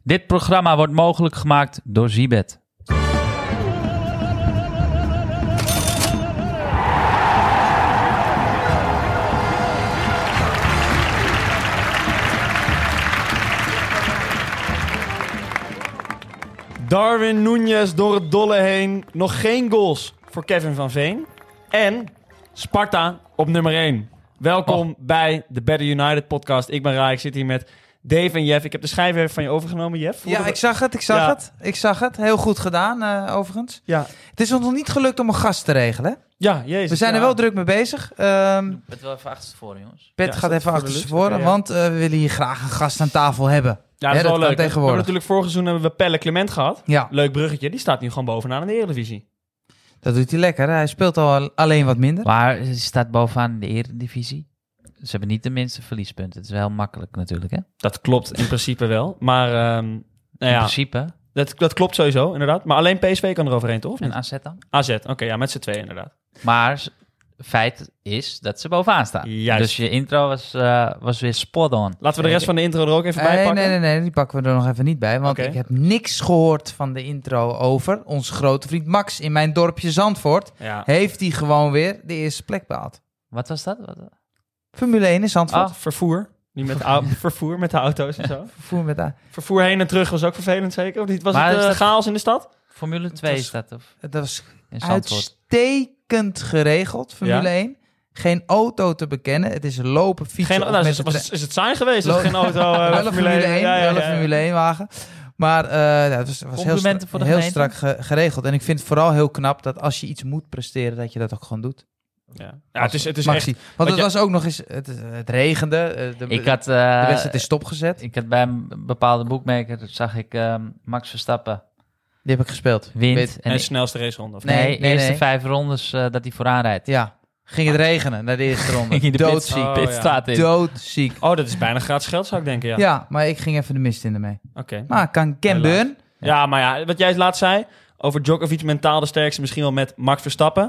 Dit programma wordt mogelijk gemaakt door Zibet. Darwin Núñez door het dolle heen. Nog geen goals voor Kevin van Veen. En Sparta op nummer 1. Welkom bij de Better United podcast. Ik ben Rai, ik zit hier met Dave en Jeff. Ik heb de schijf even van je overgenomen, Jeff. Ja, ik zag het. Heel goed gedaan, overigens. Ja. Het is ons nog niet gelukt om een gast te regelen. Hè? Ja, jezus. We zijn er wel druk mee bezig. Pet wel even achterstevoren, jongens. Pet gaat even achterstevoren, want we willen hier graag een gast aan tafel hebben. Ja, dat is wel leuk. We hebben natuurlijk vorig seizoen hebben we Pelle Clement gehad. Ja. Leuk bruggetje. Die staat nu gewoon bovenaan in de Eredivisie. Dat doet hij lekker. Hij speelt al alleen wat minder. Maar hij staat bovenaan in de Eredivisie. Ze hebben niet de minste verliespunten. Het is wel makkelijk natuurlijk, hè? Dat klopt in principe wel. Maar In principe. dat klopt sowieso, inderdaad. Maar alleen PSV kan er overheen, toch? Of niet? En AZ dan? AZ, oké, ja, met z'n tweeën inderdaad. Maar feit is dat ze bovenaan staan. Juist. Dus je intro was weer spot on. Laten we de rest van de intro er ook even bij pakken. Nee, die pakken we er nog even niet bij. Want Oké. ik heb niks gehoord van de intro over onze grote vriend Max in mijn dorpje Zandvoort. Ja. Heeft hij gewoon weer de eerste plek behaald. Wat was dat? Formule 1 in Zandvoort. Vervoer. Niet met vervoer met de auto's en zo. Vervoer met daar. Vervoer heen en terug was ook vervelend, zeker? Of niet? Was Maar het is dat- chaos in de stad? Formule 2 is dat, of? Dat was In Zandvoort. uitstekend geregeld, Formule 1. Geen auto te bekennen. Het is lopen, fietsen. Geen, of nou, met is het saai geweest? Dat er geen auto wel een Formule 1, Ja. wel een Formule 1 wagen. Maar het was heel, Complimenten voor de heel gemeente. strak geregeld. En ik vind het vooral heel knap dat als je iets moet presteren, dat je dat ook gewoon doet. Ja, het is echt... Maxi. Want het was ook nog eens... Het regende. De wedstrijd is stopgezet. Ik had bij een bepaalde boekmaker, zag ik Max Verstappen Die heb ik gespeeld. wint. En de snelste raceronde. Of Nee. eerste 5 rondes dat hij vooraan rijdt. Ja. Ging het regenen na de eerste ronde. Ging hij de Doodziek. pitstraat in. Doodziek. Oh, dat is bijna gratis geld, zou ik denken, ja. Ja, maar ik ging even de mist in ermee. Oké. Maar kan Ken Helaas. Burn... Ja, maar ja, wat jij laatst zei over Djokovic mentaal de sterkste, misschien wel met Max Verstappen.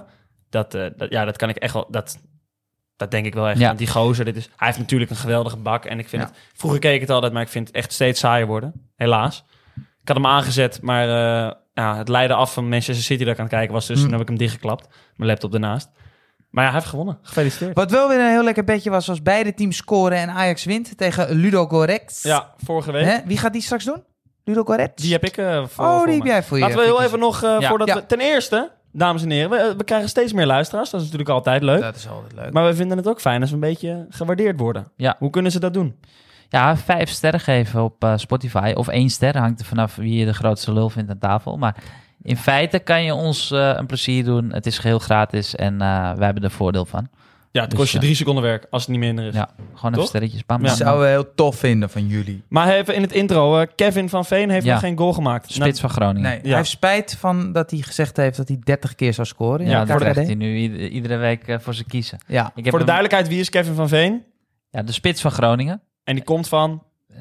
Dat kan ik echt wel... Dat denk ik wel echt. Ja. Want die gozer, hij heeft natuurlijk een geweldige bak. En ik vind het... Vroeger keek ik het altijd, maar ik vind het echt steeds saaier worden. Helaas. Ik had hem aangezet, maar het leidde af van Manchester City dat ik aan het kijken was. Dus toen heb ik hem dichtgeklapt. Mijn laptop ernaast. Maar ja, hij heeft gewonnen. Gefeliciteerd. Wat wel weer een heel lekker bedje was beide teams scoren en Ajax wint tegen Ludogorets. Ja, vorige week. Hè? Wie gaat die straks doen? Ludogorets? Die heb ik voor die me. heb jij voor je. Laten we heel even nog, voordat Ja. we... Ten eerste, dames en heren, we krijgen steeds meer luisteraars. Dat is natuurlijk altijd leuk. Dat is altijd leuk. Maar we vinden het ook fijn als we een beetje gewaardeerd worden. Ja. Hoe kunnen ze dat doen? Ja, 5 sterren geven op Spotify. Of 1 ster, hangt er vanaf wie je de grootste lul vindt aan tafel. Maar in feite kan je ons een plezier doen. Het is geheel gratis en wij hebben er voordeel van. Ja, het Dus, kost je 3 seconden werk, als het niet minder is. Ja, gewoon Toch? even sterretjes. Bam, Ja. bam, Dat bam. zouden we heel tof vinden van jullie. Maar even in het intro, Kevin van Veen heeft Ja. nog geen goal gemaakt. Spits van Groningen. Nee, Ja. hij heeft spijt van dat hij gezegd heeft dat hij 30 keer zou scoren. in Ja, de daar KKD. krijgt hij nu iedere week voor ze kiezen. Ja. Ik heb Voor de hem- duidelijkheid, wie is Kevin van Veen? Ja, de spits van Groningen. En die komt van...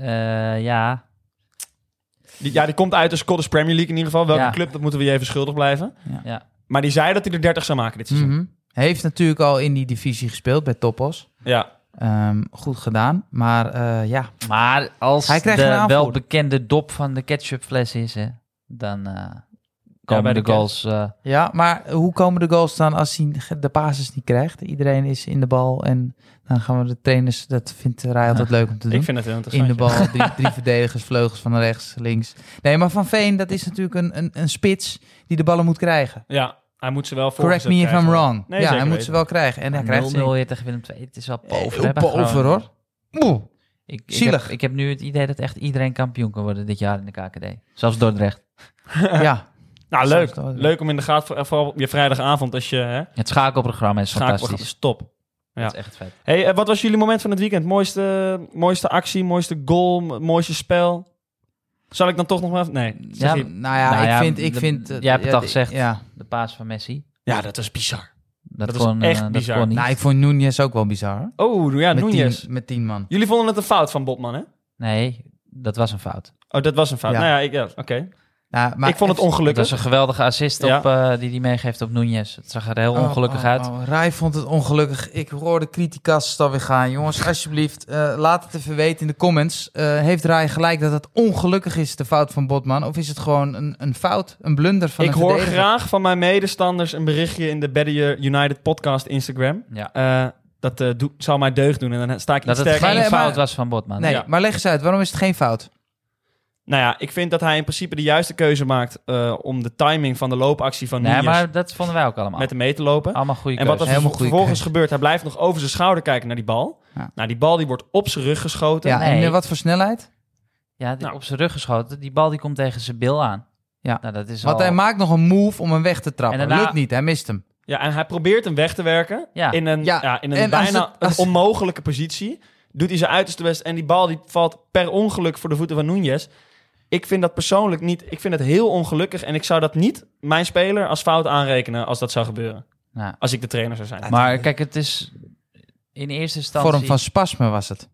Ja, Die komt uit de Scottish Premier League in ieder geval. Welke Ja. club, dat moeten we je even schuldig blijven. ja. Maar die zei dat hij er 30 zou maken dit seizoen. Mhm. Hij heeft natuurlijk al in die divisie gespeeld bij Topos. Ja. Goed gedaan. Maar ja, Maar als Hij krijgt een de aanvoerder. welbekende dop van de ketchupfles is, hè, dan bij komen de de goals... ja, maar hoe komen de goals dan als hij de basis niet krijgt? Iedereen is in de bal en dan gaan we de trainers... Dat vindt Rai altijd leuk om te doen. Ik vind het heel In interessant. de bal, drie verdedigers, vleugels van rechts, links. Nee, maar Van Veen, dat is natuurlijk een spits die de ballen moet krijgen. Ja, hij moet ze wel voor. Correct me if I'm wrong. Nee, ja, zeker hij moet weten. ze wel krijgen. En hij krijgt ze 0-0 niet. weer tegen Willem II. Het is wel pover. Heel hè, bij pover, Groningen. hoor. Oeh. Zielig. Ik heb nu het idee dat echt iedereen kampioen kan worden dit jaar in de KKD. Zelfs Dordrecht. Ja. Nou, Zo leuk. is het wel. Leuk om in de gaten, vooral op je vrijdagavond als je Het schakelprogramma is schakelt. fantastisch. Stop. Ja. Dat is echt vet. Hey, wat was jullie moment van het weekend? Mooiste actie, mooiste goal, mooiste spel? Zal ik dan toch nog maar... Nee, zeg Ja, je- Nou ja, Nou ja, ik vind... jij hebt het al gezegd. Ja. De paas van Messi. ja, dat is bizar. Dat is kon, echt dat bizar. kon niet. Nou, ik vond Núñez ook wel bizar. Hoor. Oh, ja, Núñez. Met 10 man. Jullie vonden het een fout van Botman, hè? Nee, dat was een fout. Oh, dat was een fout. Ja. Nou ja, oké. Ja, maar Ik vond het Dat ongelukkig. is een geweldige assist Ja. die hij meegeeft op Núñez. Het zag er heel ongelukkig uit. Rai vond het ongelukkig. Ik hoorde criticas alweer gaan. Jongens, alsjeblieft, laat het even weten in de comments. Heeft Rai gelijk dat het ongelukkig is, de fout van Botman? Of is het gewoon een fout, een blunder van Ik een hoor verdediger? graag van mijn medestanders een berichtje in de Better United podcast Instagram. Ja. Dat zal mij deugd doen en dan sta ik Dat iets het sterker. geen Maar- fout was van Botman. Nee, Ja. maar leg eens uit. Waarom is het geen fout? Nou ja, ik vind dat hij in principe de juiste keuze maakt om de timing van de loopactie van Nee, Núñez maar dat vonden wij ook allemaal. met hem mee te lopen. Allemaal goede En wat er keuzes. Helemaal goede vervolgens keuze. gebeurt, hij blijft nog over zijn schouder kijken naar die bal. Ja. Nou, die bal die wordt op zijn rug geschoten. Ja, Nee. en wat voor snelheid? Ja, Nou. op zijn rug geschoten. Die bal die komt tegen zijn bil aan. Ja. Nou, dat is Want al... hij maakt nog een move om hem weg te trappen. En daarna- Lukt niet, hij mist hem. Ja, en hij probeert hem weg te werken Ja. in een, Ja. in een En als bijna het- als- een onmogelijke positie. Doet hij zijn uiterste best en die bal die valt per ongeluk voor de voeten van Núñez. Ik vind dat persoonlijk niet. Ik vind het heel ongelukkig en ik zou dat niet mijn speler als fout aanrekenen als dat zou gebeuren. Nou, Als ik de trainer zou zijn. maar kijk, het is in eerste instantie... Vorm van spasme was het.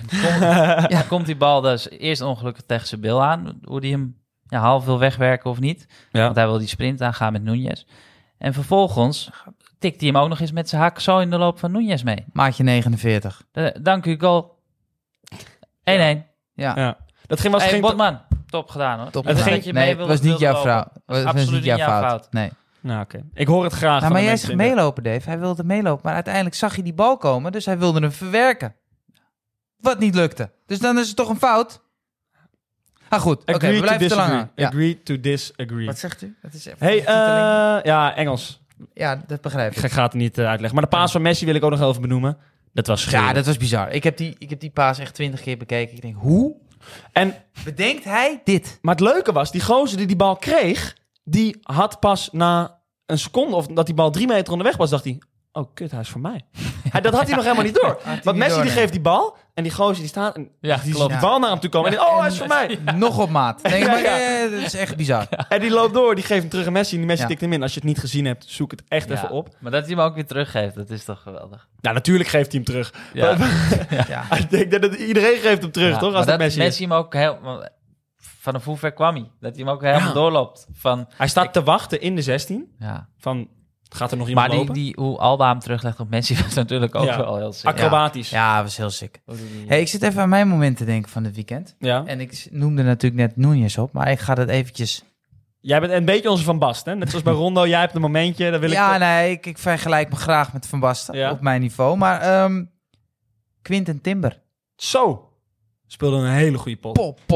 Komt die bal dus eerst ongelukkig tegen zijn bil aan. Hoe die hem half wil wegwerken of niet. Ja. Want hij wil die sprint aangaan met Núñez. En vervolgens tikt hij hem ook nog eens met zijn hak zo in de loop van Núñez mee. Maatje 49. Dank u, goal. 1-1. Ja, Ja. Dat ging was Hey, geen. Botman, top gedaan hoor. top Het gedaan. ging- dat je Nee, mee het wilde- was niet wilde jouw lopen. vrouw. Het was absoluut niet jouw niet jouw fout. fout. Nee. Nou, oké. Ik hoor het graag. Nou, van maar de jij mensen zegt in de- meelopen, Dave. Hij wilde meelopen, maar uiteindelijk zag je die bal komen, dus hij wilde hem verwerken. Wat niet lukte. Dus dan is het toch een fout? Ah goed, oké, Agree we to blijven te lang disagree. aan. Ja. Agree to disagree. Wat zegt u? Dat is even Hey, titeling. ja, Engels. Ja, dat begrijp ik. Ik ga het niet uitleggen. Maar de paas van Messi wil ik ook nog even benoemen. Dat was schreeuwen. Ja, dat was bizar. Ik heb die paas echt 20 keer bekeken. Ik denk, hoe En, bedenkt hij dit? maar het leuke was, die gozer die bal kreeg, die had pas na een seconde, of dat die bal 3 meter onderweg was, dacht hij, oh kut, hij is voor mij. Dat had hij nog helemaal niet door. Want niet Messi door, die nee. geeft die bal, en die gozer die staat, en Ja, die ziet klopt. die bal naar hem toe komen. En denkt, oh, hij is voor mij. Nog op maat. Denk, maar, Ja. dat is echt bizar. En die loopt door, die geeft hem terug aan Messi, en die Messi Ja. tikt hem in. Als je het niet gezien hebt, zoek het echt Ja, even op. Maar dat hij hem ook weer teruggeeft, dat is toch geweldig. Nou, natuurlijk geeft hij hem terug. Ja. Ja. Ik denk dat iedereen geeft hem terug, Ja, toch? maar Als dat Messi is. hem ook heel... Vanaf hoe ver kwam hij? Dat hij hem ook helemaal Ja. doorloopt. Van, Hij staat te wachten in de 16. ja. Van, gaat er nog iemand Maar lopen? hoe Alba hem teruglegt op Messi was natuurlijk ook Ja. wel heel sick. Acrobatisch. Ja, dat was heel sick. Hoe die- Hey, ik zit even aan mijn moment te denken van dit weekend. Ja. En ik noemde natuurlijk net Núñez op, maar ik ga dat eventjes... Jij bent een beetje onze Van Bast, hè? Net zoals bij Rondo, jij hebt een momentje, daar wil Ja, ik... nee, ik vergelijk me graag met Van Basten Ja. op mijn niveau. Maar Quinten Timber. Zo! Speelde een hele goede pot.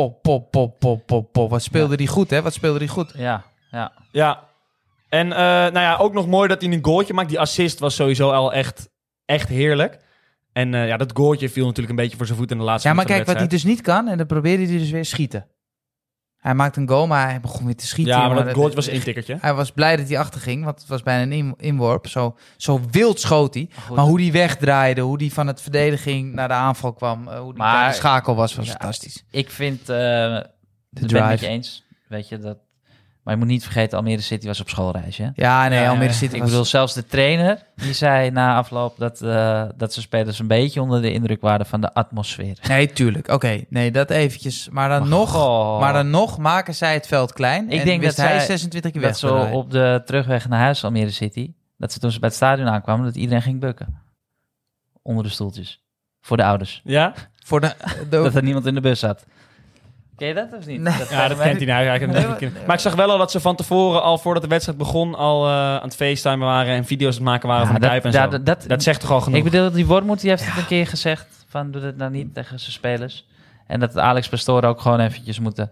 Pop. Wat speelde die goed, hè? Wat speelde die goed? Ja. Ja. En nou ja, ook nog mooi dat hij een goaltje maakt. Die assist was sowieso al echt heerlijk. En ja, dat goaltje viel natuurlijk een beetje voor zijn voet in de laatste Ja, maar minuut kijk, van wat de hij dus niet kan, en dan probeerde hij dus weer schieten. Hij maakt een goal, maar hij begon weer te schieten. wedstrijd. Ja, maar jongen. dat goaltje was een intikkertje. Hij was blij dat hij achterging, want het was bijna een inworp. Zo wild schoot hij. Goed. Maar hoe die wegdraaide, hoe die van het verdediging naar de aanval kwam, hoe die Maar- bij de schakel was Ja. fantastisch. Ik vind... dat ben ik met drive. je eens. Weet je, dat... Maar je moet niet vergeten, Almere City was op schoolreis, hè? Ja, nee, Ja, Almere ja. City Ik was... bedoel, zelfs de trainer, die zei na afloop dat zijn spelers een beetje onder de indruk waren van de atmosfeer. Nee, tuurlijk. Oké, nee, dat eventjes. Maar dan, Goh. maar dan nog maken zij het veld klein. Ik en denk wist dat hij zij- 26 keer weg Dat te zo draaien. op de terugweg naar huis, Almere City, dat ze toen ze bij het stadion aankwamen, dat iedereen ging bukken. Onder de stoeltjes. Voor de ouders. Ja? Voor de Dat er niemand in de bus zat. Ken je dat of niet? Nee. Ja, dat kent hij nou. Hij kent het niet. Maar ik zag wel al dat ze van tevoren, al voordat de wedstrijd begon, al aan het facetimen waren en video's aan het maken waren Ja, van de Kuip en zo. Dat zegt toch al genoeg? Ik bedoel, die Wormoed die heeft het een keer gezegd van doe dat nou niet tegen zijn spelers. En dat Alex Pastoor ook gewoon eventjes moeten,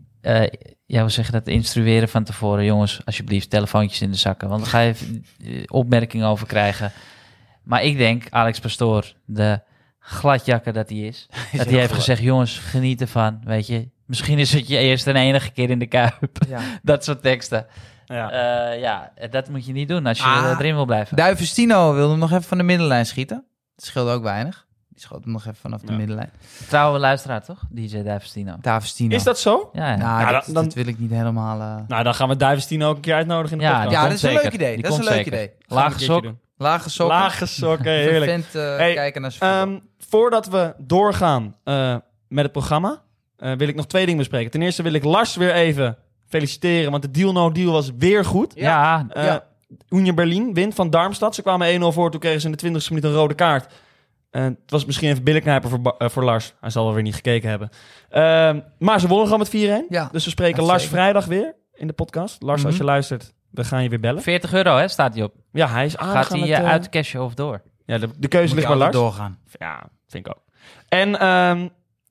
we zeggen dat, instrueren van tevoren. Jongens, alsjeblieft, telefoontjes in de zakken. Want dan ga je opmerkingen over krijgen. Maar ik denk, Alex Pastoor, de gladjakker dat hij is, dat hij heeft gezegd, jongens, geniet ervan, weet je. Misschien is het je eerste en enige keer in de Kuip. Ja. Dat soort teksten. Ja. Dat moet je niet doen als je erin wil blijven. Duivestino wilde hem nog even van de middenlijn schieten. Dat scheelde ook weinig. Die schoot hem nog even vanaf de Ja. middenlijn. Trouwe luisteraar, toch? DJ Duivestino. Duivestino. Is dat zo? Ja. Nou, Ja, dat, dan- dat wil ik niet helemaal... Nou, dan gaan we Duivestino ook een keer uitnodigen in de Ja, podcast. Ja, komt dat is een zeker. leuk idee. Die Dat is komt een leuk zeker. idee. Gaan we een Lage keertje sok. doen. Lage sokken. Lage sokken, heerlijk. Vervent, Hey, kijken naar zijn voetbal. Voordat we doorgaan met het programma, wil ik nog 2 dingen bespreken. Ten eerste wil ik Lars weer even feliciteren, want de deal-no-deal was weer goed. Ja, Union Berlin wint van Darmstadt. Ze kwamen 1-0 voor, toen kregen ze in de 20e minuut een rode kaart. Het was misschien even billenknijper voor Lars. Hij zal wel weer niet gekeken hebben. Maar ze wonnen gewoon met 4-1. Ja, Dus we spreken dat Lars zeker. vrijdag weer in de podcast. Lars, als je luistert, we gaan je weer bellen. €40 hè, staat hij op. Ja, hij is Gaat aan hij uitcashen of door? Ja, de keuze ligt bij Lars. doorgaan. Ja, vind ik ook. En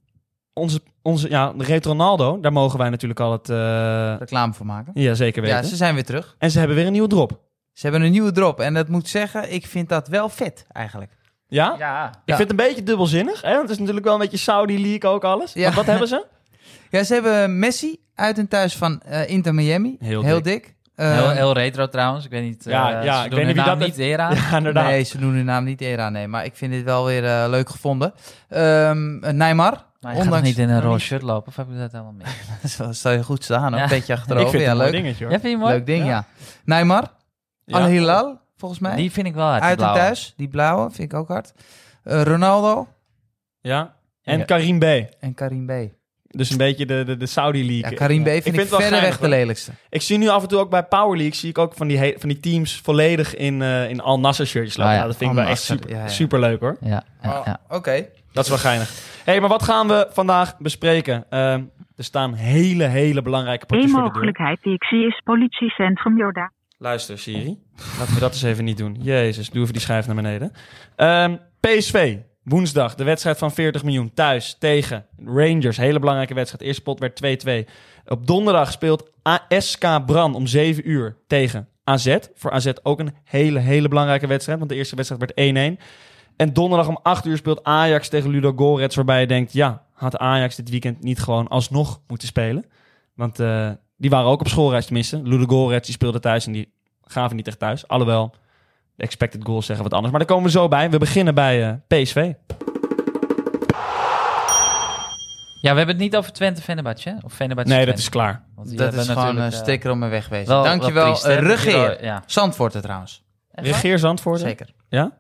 de Retro Ronaldo, daar mogen wij natuurlijk al het... Reclame voor maken. ja, zeker weten. Ja, ze zijn weer terug. En ze hebben weer een nieuwe drop. Ze hebben een nieuwe drop. En dat moet zeggen, ik vind dat wel vet eigenlijk. Ja? Ja. Ik vind het een beetje dubbelzinnig. Hè? Want het is natuurlijk wel een beetje Saudi League ook alles. Ja. Want wat hebben ze? Ja, ze hebben Messi uit en thuis van Inter Miami. Heel dik. Heel retro trouwens. Ik weet niet. Ja, ze ik doen weet niet hun wie naam dat niet eer aan. Ja, inderdaad. Nee, ze doen hun naam niet eer aan. Nee, maar ik vind dit wel weer leuk gevonden. Neymar. Maar je gaat niet in een roze shirt lopen, of heb ik dat helemaal mis? Dat zou je goed staan, hoor. Ja. Een beetje Ik achterover. vind het Ja, een mooi leuk. dingetje, hoor. Ja, vind je mooi? Leuk ding, Ja. ja. Neymar. Ja. Al Hilal, volgens mij. Die vind ik wel hard. die uit en blauwe. thuis. Die blauwe vind ik ook hard. Ronaldo Ja. En Ja. Karim B. en Karim B. Dus een beetje de Saudi League. Ja, Karim B vind ik het wel verreweg geinig, de hoor. lelijkste. Ik zie nu af en toe ook bij Power League zie ik ook van die teams volledig in Al Nassr shirtjes lopen. Ah, ja. Nou, dat vind ik wel Al echt Nassr, super, ja. super leuk, hoor. Ja, ja. Oké. Dat is wel geinig. Hey, maar wat gaan we vandaag bespreken? Er staan hele belangrijke potjes Eén voor de deur. mogelijkheid die ik zie is politiecentrum Jordaan. Luister, Siri. Laten we dat eens even niet doen. Jezus, doe even die schijf naar beneden. PSV, woensdag, de wedstrijd van 40 miljoen. Thuis tegen Rangers, hele belangrijke wedstrijd. Eerste pot werd 2-2. Op donderdag speelt ASK Bran om 7 uur tegen AZ. Voor AZ ook een hele belangrijke wedstrijd, want de eerste wedstrijd werd 1-1. En donderdag om 8 uur speelt Ajax tegen Ludogorets, waarbij je denkt, ja, had Ajax dit weekend niet gewoon alsnog moeten spelen? Want die waren ook op schoolreis tenminste. Ludogorets die speelde thuis en die gaven niet echt thuis. Alhoewel, de expected goals zeggen wat anders. Maar daar komen we zo bij. We beginnen bij PSV. Ja, we hebben het niet over Twente-Fenerbahce, hè? Of Fenerbahce Nee, dat Twente. is klaar. Want die Dat hebben is gewoon een natuurlijk, sticker om me wegwezen. wel Dankjewel, triest, hè? Regeer. Ja. Zandvoort trouwens. Echt waar? Regeer Zandvoort. Zeker. Ja?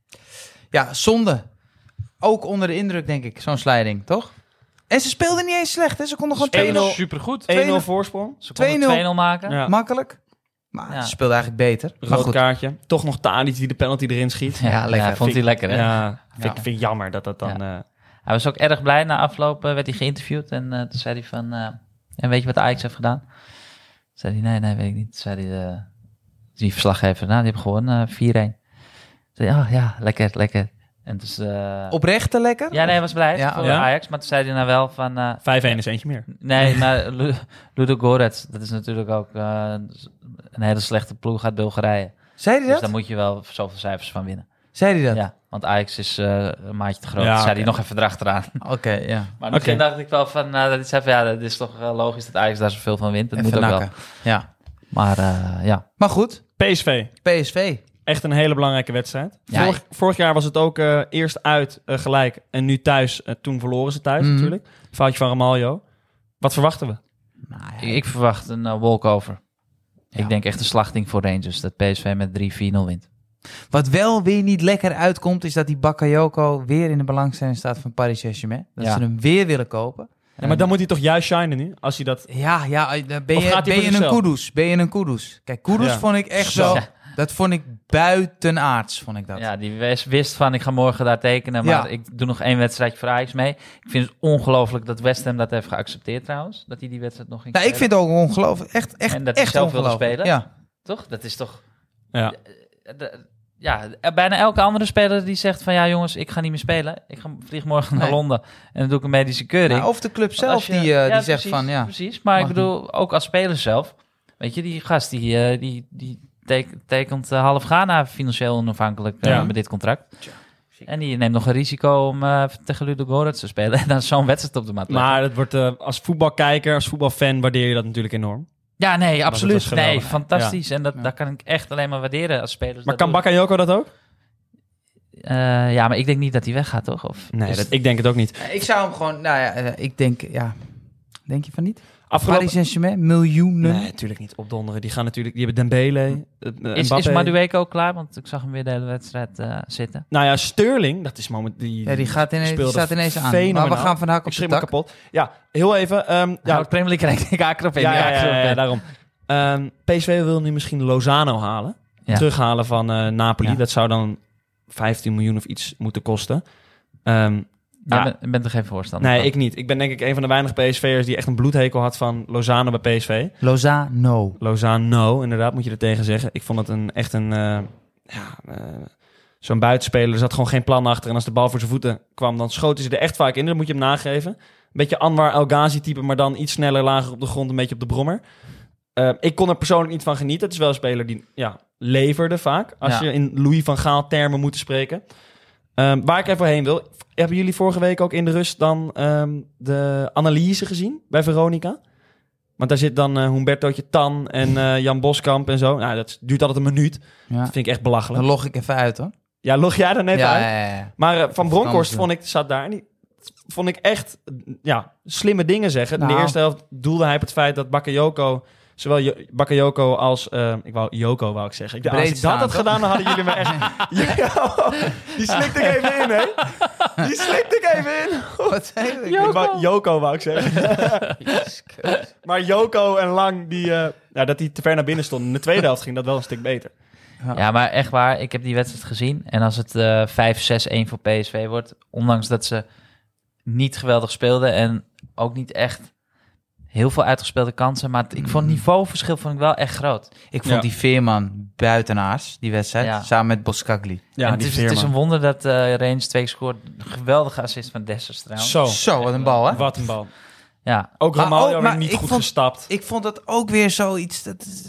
Ja, zonde. Ook onder de indruk, denk ik, zo'n slijding, toch? En ze speelden niet eens slecht, hè? Ze konden gewoon 2-0 Supergoed. 1-0 voorsprong. Ze konden 2-0 2-0 maken. Ja. makkelijk. Maar Ja. ze speelden eigenlijk beter. Maar Rood goed. kaartje. Toch nog Tadic die de penalty erin schiet. Ja, lekker. vond hij lekker, hè? Ja, vind Ja. ik jammer dat dat dan... Hij was ook erg blij. Na afloop werd hij geïnterviewd. En toen zei hij van... en weet je wat Ajax heeft gedaan? Toen zei hij, nee, weet ik niet. Toen zei hij, die verslaggever, nou, die hebben gewonnen 4-1. Toen zei hij, oh ja, lekker. En dus... Oprechte lekker? ja, nee, hij was blij Ja, voor ja. Ajax. Maar toen zei hij nou wel van... 5-1 is eentje meer. nee, maar Ludogorets, dat is natuurlijk ook een hele slechte ploeg uit Bulgarije. Zei hij Dus dat? daar moet je wel zoveel cijfers van winnen. Zei hij dat? Ja, want Ajax is een maatje te groot. Ja, Ja, zei oké. hij nog even erachteraan. Oké, ja. Maar misschien dacht ik wel van... dat zei van, ja, dat is toch logisch dat Ajax daar zoveel van wint. Dat Even moet ook nakken. Ja. wel. Maar ja. Maar goed, PSV. PSV. Echt een hele belangrijke wedstrijd. Ja. Vorig jaar was het ook eerst uit gelijk en nu thuis. Toen verloren ze thuis Mhm. natuurlijk. Foutje van Ramaljo. Wat verwachten we? Nou, ja. Ik verwacht een walkover. Ja. Ik denk echt een slachting voor Rangers. Dat PSV met 3-4-0 wint. Wat wel weer niet lekker uitkomt, is dat die Bakayoko weer in de belangstelling staat van Paris Saint-Germain. Dat Ja. ze hem weer willen kopen. Ja, maar dan moet hij toch juist shinen nu? Als hij dat... Ja, ben Of je, gaat hij ben voor je een zichzelf? Kudus? Ben je een Kudus? Kijk, Kudus Ja. vond ik echt Zo. wel... Dat vond ik buitenaards, vond ik dat. Ja, die wist van ik ga morgen daar tekenen. Maar Ja. ik doe nog 1 wedstrijdje voor Ajax mee. Ik vind het ongelooflijk dat West Ham dat heeft geaccepteerd trouwens. Dat hij die wedstrijd nog ging Nou, ik spelen. vind het ook ongelooflijk. Echt En dat hij echt zelf wilde ongelooflijk. spelen? Ja. Toch? Dat is toch... Ja. Ja, bijna elke andere speler die zegt van... Ja jongens, ik ga niet meer spelen. Ik vlieg morgen naar Nee. Londen. En dan doe ik een medische keuring. Nou, of de club Want zelf als je- die ja, zegt precies, van... Ja, Precies, maar ik Mag bedoel, ook als speler zelf. Weet je, die gast die tekent half Ghana financieel onafhankelijk Ja. met dit contract. En die neemt nog een risico om tegen Ludogorets te spelen. En dan zo'n wedstrijd op de mat leggen. Maar het wordt, als voetbalkijker, als voetbalfan waardeer je dat natuurlijk enorm. Ja, nee, was absoluut. geweldig. Nee, fantastisch. En Ja. daar kan ik echt alleen maar waarderen als spelers. Maar dat kan doen. Bakayoko dat ook? Ja, maar ik denk niet dat hij weggaat, toch? Of, Nee, is- ik denk het ook niet. ik zou hem gewoon... Nou ja, ik denk... Ja, Denk je van niet? Afgelopen... Paris Saint-Germain, miljoenen. Nee, natuurlijk niet opdonderen. Die gaan natuurlijk... Die hebben Dembele, Is Mbappé. Madueke ook klaar? Want ik zag hem weer de hele wedstrijd zitten. Nou ja, Sterling, dat is moment... Die speelde staat ineens aan. fenomenaal. Maar we gaan van hak op Ik de schrik me tak. kapot. Ja, heel even. Ja, de Premier League krijgt ik haker op in. Ja, daarom. PSV wil nu misschien Lozano halen. Ja. Terughalen van Napoli. Ja. Dat zou dan 15 miljoen of iets moeten kosten. Jij bent er geen voorstander Nee, van. ik niet. Ik ben denk ik een van de weinige PSV'ers die echt een bloedhekel had van Lozano bij PSV. Lozano, inderdaad, moet je er tegen zeggen. Ik vond het echt een zo'n buitenspeler. Er zat gewoon geen plan achter. En als de bal voor zijn voeten kwam, dan schoten ze er echt vaak in. Dat moet je hem nageven. Een beetje Anwar El Ghazi type, maar dan iets sneller, lager op de grond, een beetje op de brommer. Ik kon er persoonlijk niet van genieten. Het is wel een speler die leverde vaak. Als je in Louis van Gaal termen moet spreken. Waar ik even heen wil. Hebben jullie vorige week ook in de rust dan de analyse gezien bij Veronica? Want daar zit dan Humbertootje Tan en Jan Boskamp en zo. Nou, dat duurt altijd een minuut. Ja. Dat vind ik echt belachelijk. Dan log ik even uit, hoor. Ja, log jij dan even uit? Ja. Maar Van Bronckhorst Anders zat daar. En die vond ik echt slimme dingen zeggen. In Nou. de eerste helft doelde hij op het feit dat Bakayoko... Zowel Bakayoko als... Joko wou ik zeggen. Als ik dat had gedaan, dan hadden jullie me echt... Die slikte ik even in, hè? Die slikte ik even in. Wat zei je? Joko wou ik zeggen. Maar Joko en Lang, dat die te ver naar binnen stonden. In de tweede helft ging dat wel een stuk beter. Ja, maar echt waar. Ik heb die wedstrijd gezien. En als het 5-6-1 voor PSV wordt... ondanks dat ze niet geweldig speelden... en ook niet echt... heel veel uitgespeelde kansen, maar ik vond het niveauverschil wel echt groot. Ik vond die Veerman buitenaars, die wedstrijd, Ja. samen met Boskagli. Ja, het is een wonder dat Rangers 2 scoort. Een geweldige assist van Dessers trouwens. Zo, wat een bal, hè? Wat een bal. Ja, Ook Maar Romario ook- weer maar niet ik goed vond- gestapt. Ik vond dat ook weer zoiets...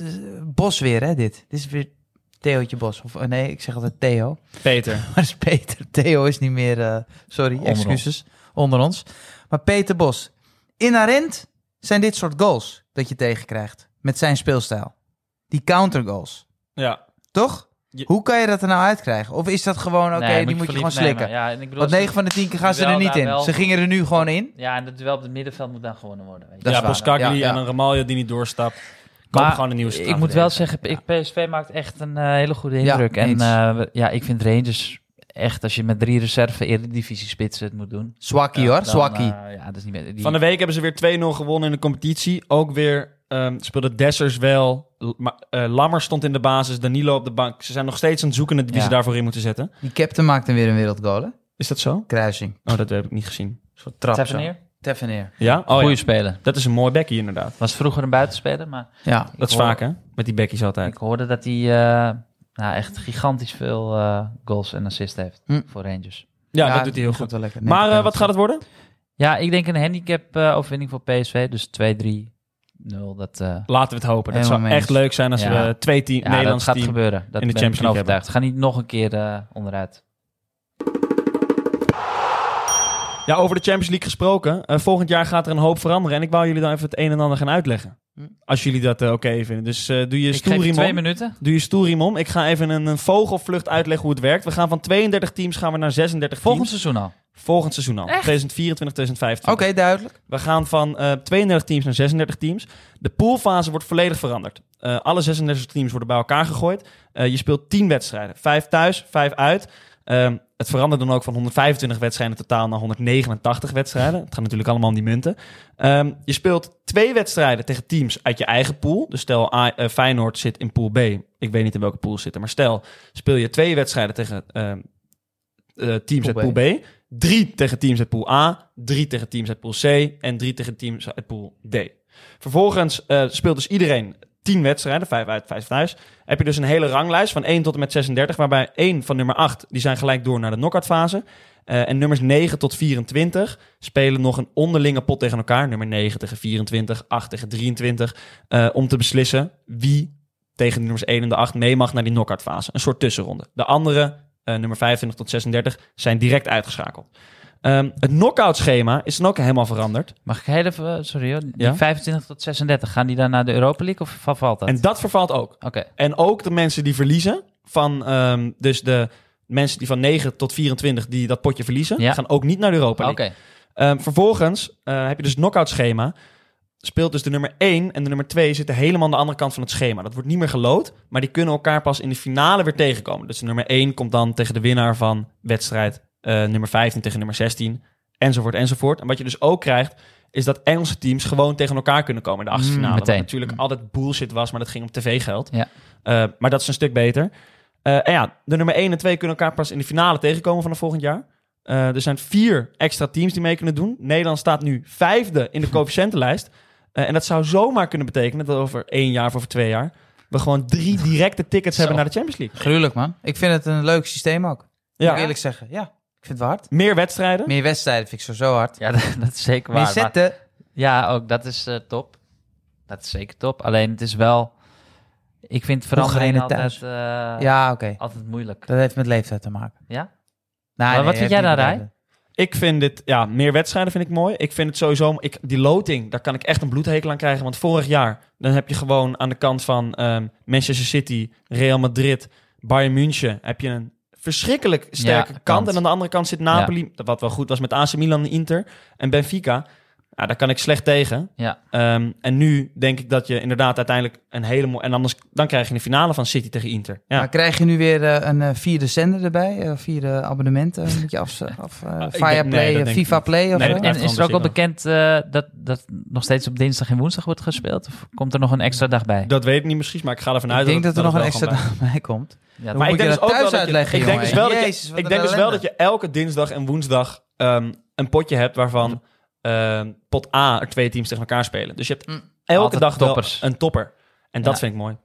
Bos weer, hè, dit. Dit is weer Theootje Bos. Of nee, ik zeg altijd Theo. Peter. Maar dat is Peter. Theo is niet meer... sorry, Onder excuses. Onder ons. Maar Peter Bos. Inherent zijn dit soort goals dat je tegenkrijgt. Met zijn speelstijl. Die countergoals. Ja. Toch? Hoe kan je dat er nou uitkrijgen? Of is dat gewoon, oké, die moet je gewoon slikken? Ja, en ik bedoel, Want 9 van de 10 keer gaan ze er duel niet daar in. wel- Ze gingen er nu gewoon in. Ja, en het duel op het middenveld moet dan gewonnen worden. Weet je. Dat is Ja, waar. Boskagli Ja. en een Romario die niet doorstapt. Koop Maar gewoon een nieuwe ik moet wel zeggen, PSV maakt echt een hele goede Ja, indruk. En eens. ik vind Rangers echt, als je met 3 reserve Eredivisie spitsen het moet doen. Swakkie hoor, Swakkie. Dat is niet meer... Van de week hebben ze weer 2-0 gewonnen in de competitie. Ook weer speelde Dessers wel. Lammers stond in de basis, Danilo op de bank. Ze zijn nog steeds aan het zoeken wie ze daarvoor in moeten zetten. Die captain maakte weer een wereldgoal, hè? Is dat zo? Kruising. Oh, dat heb ik niet gezien. Een soort trap. Tavernier? Tavernier. Ja? Oh, Goeie ja. speler. Dat is een mooi bekkie inderdaad. Was vroeger een buitenspeler, maar Ja. Dat is hoor- vaak hè, met die bekkies altijd. ik hoorde dat hij echt gigantisch veel goals en assists heeft voor Rangers. Ja, dat doet hij heel gaat goed. wel lekker. Maar wat gaat het worden? Ja, ik denk een handicap overwinning voor PSV, dus 2-3-0. Dat, Laten we het hopen. Dat Helemaal zou mee echt eens. leuk zijn als we twee ja, dat Nederlands gaat team... gebeuren. Dat in de ben ik Champions van League overtuigd. Ga niet nog een keer onderuit. Ja, over de Champions League gesproken. Volgend jaar gaat er een hoop veranderen. En ik wou jullie dan even het een en ander gaan uitleggen. Als jullie dat oké vinden. Dus doe je Ik geef je stoelriem 2 om. minuten. Doe je stoelriem om. Ik ga even een vogelvlucht uitleggen hoe het werkt. We gaan van 32 teams gaan we naar 36 Volgend teams. seizoen al. Volgend seizoen al. Echt? 2024, 2025. Oké, duidelijk. We gaan van 32 teams naar 36 teams. De poolfase wordt volledig veranderd. Alle 36 teams worden bij elkaar gegooid. Je speelt 10 wedstrijden. 5 thuis, 5 uit. Het verandert dan ook van 125 wedstrijden totaal naar 189 wedstrijden. Het gaat natuurlijk allemaal om die munten. Je speelt 2 wedstrijden tegen teams uit je eigen pool. Dus stel Feyenoord zit in pool B. Ik weet niet in welke pool ze zitten. Maar stel, speel je 2 wedstrijden tegen teams uit pool B. 3 tegen teams uit pool A. 3 tegen teams uit pool C. En 3 tegen teams uit pool D. Vervolgens speelt dus iedereen 10 wedstrijden, 5 uit, 5 thuis. Heb je dus een hele ranglijst van 1 tot en met 36, waarbij 1 van nummer 8, die zijn gelijk door naar de knock-out fase. En nummers 9 tot 24 spelen nog een onderlinge pot tegen elkaar. Nummer 9 tegen 24, 8 tegen 23. Om te beslissen wie tegen de nummers 1 en de 8 mee mag naar die knock-out fase. Een soort tussenronde. De andere, nummer 25 tot 36, zijn direct uitgeschakeld. Het knock-out schema is dan ook helemaal veranderd. Mag ik heel even, sorry hoor, die Ja? 25 tot 36, gaan die dan naar de Europa League of vervalt dat? En dat vervalt ook. Oké. En ook de mensen die verliezen, dus de mensen die van 9 tot 24 die dat potje verliezen, Ja. gaan ook niet naar de Europa Oké. League. Vervolgens heb je dus het knock-out schema. speelt dus de nummer 1 en de nummer 2 zitten helemaal aan de andere kant van het schema. Dat wordt niet meer gelood, maar die kunnen elkaar pas in de finale weer tegenkomen. Dus de nummer 1 komt dan tegen de winnaar van wedstrijd nummer 15 tegen nummer 16, enzovoort, enzovoort. En wat je dus ook krijgt, is dat Engelse teams gewoon tegen elkaar kunnen komen in de achtste finale. Wat natuurlijk altijd bullshit was, maar dat ging om tv-geld. Ja. Maar dat is een stuk beter. En ja, de nummer 1 en 2 kunnen elkaar pas in de finale tegenkomen vanaf volgend jaar. Er zijn 4 extra teams die mee kunnen doen. Nederland staat nu 5e in de coëfficiëntenlijst. En dat zou zomaar kunnen betekenen dat over 1 jaar of over 2 jaar we gewoon 3 directe tickets hebben naar de Champions League. Gruwelijk, man. Ik vind het een leuk systeem ook. Moet ik eerlijk zeggen. Ja, ik vind het wel hard. Meer wedstrijden. Meer wedstrijden vind ik zo hard. Ja, dat is zeker waar. Meer zetten. Ja, ook dat is top. Dat is zeker top. Alleen het is wel... Ik vind verandering altijd, altijd moeilijk. Dat heeft met leeftijd te maken. Ja? Nee, wat vind jij dan, Rij? Ik vind dit, meer wedstrijden vind ik mooi. Ik vind het sowieso, die loting, daar kan ik echt een bloedhekel aan krijgen. Want vorig jaar, dan heb je gewoon aan de kant van Manchester City, Real Madrid, Bayern München, heb je een verschrikkelijk sterke kant. En aan de andere kant zit Napoli, wat wel goed was met AC Milan en Inter en Benfica. Ja, daar kan ik slecht tegen. Ja. En nu denk ik dat je inderdaad uiteindelijk een hele mooie... En anders dan krijg je een finale van City tegen Inter. Ja. Maar krijg je nu weer een 4e zender erbij? 4e abonnement moet je Viaplay, FIFA Play? Of en is er ook al bekend dat nog steeds op dinsdag en woensdag wordt gespeeld? Of komt er nog een extra dag bij? Dat weet ik niet precies, maar ik ga ervan uit ik denk dat er nog een extra dag bij komt. Ja, maar ik denk dus ook wel uitleggen, ik denk dus wel dat je elke dinsdag en woensdag een potje hebt waarvan... pot A er 2 teams tegen elkaar spelen. Dus je hebt elke dag toppers. Wel een topper. En dat vind ik mooi.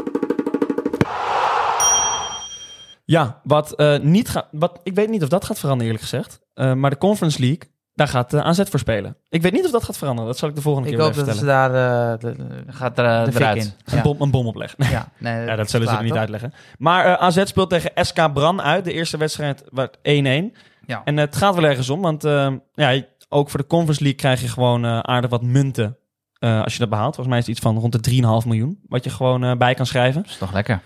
Ja, ik weet niet of dat gaat veranderen eerlijk gezegd. Maar de Conference League, daar gaat AZ voor spelen. Ik weet niet of dat gaat veranderen. Dat zal ik de volgende keer vertellen. Ik hoop dat ze daar eruit. Een bom opleggen. Ja, dat zullen ze er niet uitleggen. Maar AZ speelt tegen SK Bran uit. De eerste wedstrijd werd 1-1. Ja. En het gaat wel ergens om, want ook voor de Conference League krijg je gewoon aardig wat munten als je dat behaalt. Volgens mij is het iets van rond de 3,5 miljoen wat je gewoon bij kan schrijven. Dat is toch lekker.